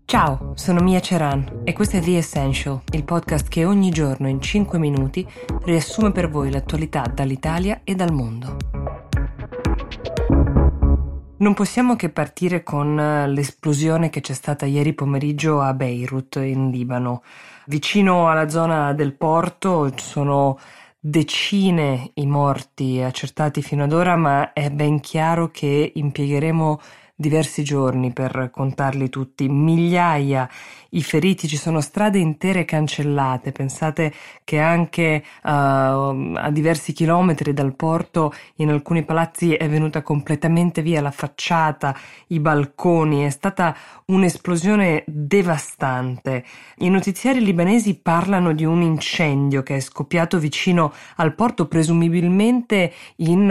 Ciao, sono Mia Ceran e questo è The Essential, il podcast che ogni giorno in 5 minuti riassume per voi l'attualità dall'Italia e dal mondo. Non possiamo che partire con l'esplosione che c'è stata ieri pomeriggio a Beirut, in Libano. Vicino alla zona del porto sono decine i morti accertati fino ad ora, ma è ben chiaro che impiegheremo diversi giorni per contarli tutti. Migliaia i feriti, ci sono strade intere cancellate. Pensate che anche a diversi chilometri dal porto in alcuni palazzi è venuta completamente via la facciata, i balconi. È stata un'esplosione devastante. I notiziari libanesi parlano di un incendio che è scoppiato vicino al porto, presumibilmente in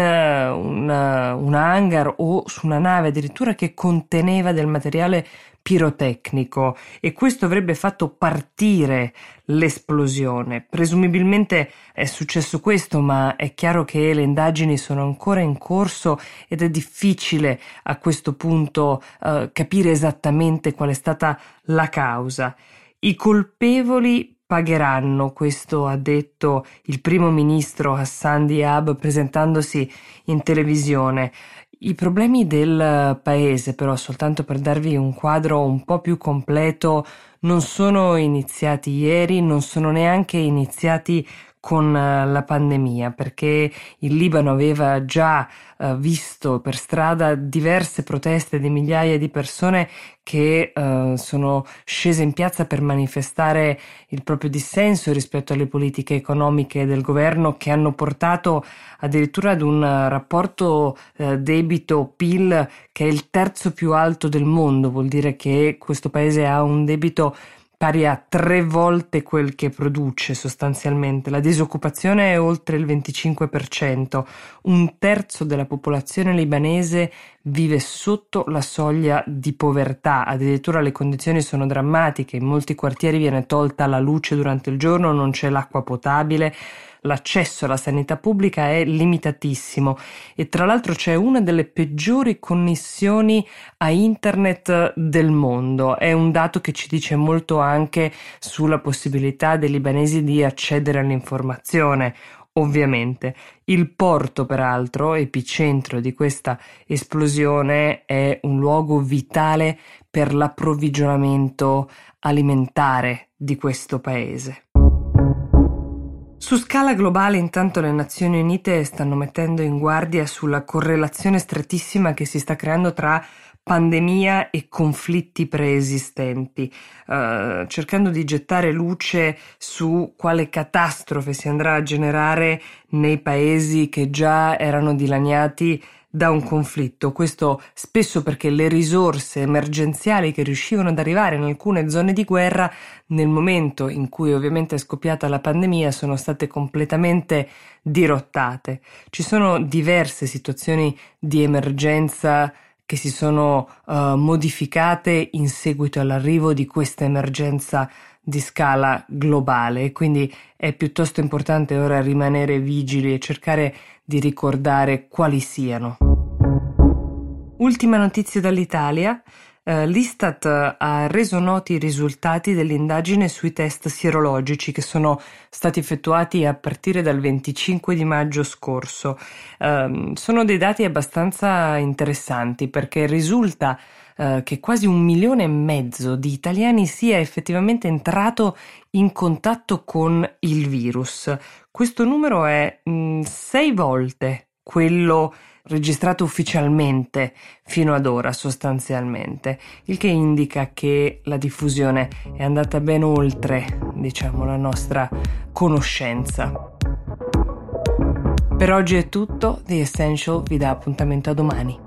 un hangar o su una nave addirittura che conteneva del materiale pirotecnico, e questo avrebbe fatto partire l'esplosione. Presumibilmente è successo questo, ma è chiaro che le indagini sono ancora in corso ed è difficile a questo punto capire esattamente qual è stata la causa. I colpevoli pagheranno, questo ha detto il primo ministro Hassan Diab presentandosi in televisione. I problemi del paese, però, soltanto per darvi un quadro un po' più completo, non sono iniziati ieri, non sono neanche iniziati con la pandemia, perché il Libano aveva già visto per strada diverse proteste di migliaia di persone che sono scese in piazza per manifestare il proprio dissenso rispetto alle politiche economiche del governo, che hanno portato addirittura ad un rapporto debito-PIL che è il terzo più alto del mondo. Vuol dire che questo paese ha un debito pari a 3 volte quel che produce sostanzialmente. La disoccupazione è oltre il 25%, un terzo della popolazione libanese vive sotto la soglia di povertà, addirittura le condizioni sono drammatiche, in molti quartieri viene tolta la luce durante il giorno, non c'è l'acqua potabile, l'accesso alla sanità pubblica è limitatissimo e tra l'altro c'è una delle peggiori connessioni a internet del mondo. È un dato che ci dice molto anche sulla possibilità dei libanesi di accedere all'informazione. Ovviamente. Il porto, peraltro, epicentro di questa esplosione, è un luogo vitale per l'approvvigionamento alimentare di questo paese. Su scala globale, intanto, le Nazioni Unite stanno mettendo in guardia sulla correlazione strettissima che si sta creando tra pandemia e conflitti preesistenti, cercando di gettare luce su quale catastrofe si andrà a generare nei paesi che già erano dilaniati da un conflitto. Questo spesso perché le risorse emergenziali che riuscivano ad arrivare in alcune zone di guerra, nel momento in cui ovviamente è scoppiata la pandemia, sono state completamente dirottate. Ci sono diverse situazioni di emergenza che si sono modificate in seguito all'arrivo di questa emergenza di scala globale, quindi è piuttosto importante ora rimanere vigili e cercare di ricordare quali siano. Ultima notizia dall'Italia. L'Istat ha reso noti i risultati dell'indagine sui test sierologici che sono stati effettuati a partire dal 25 di maggio scorso. Sono dei dati abbastanza interessanti perché risulta che quasi 1,5 milioni di italiani sia effettivamente entrato in contatto con il virus. Questo numero è 6 volte quello registrato ufficialmente fino ad ora, sostanzialmente, il che indica che la diffusione è andata ben oltre, la nostra conoscenza. Per oggi è tutto. The Essential vi dà appuntamento a domani.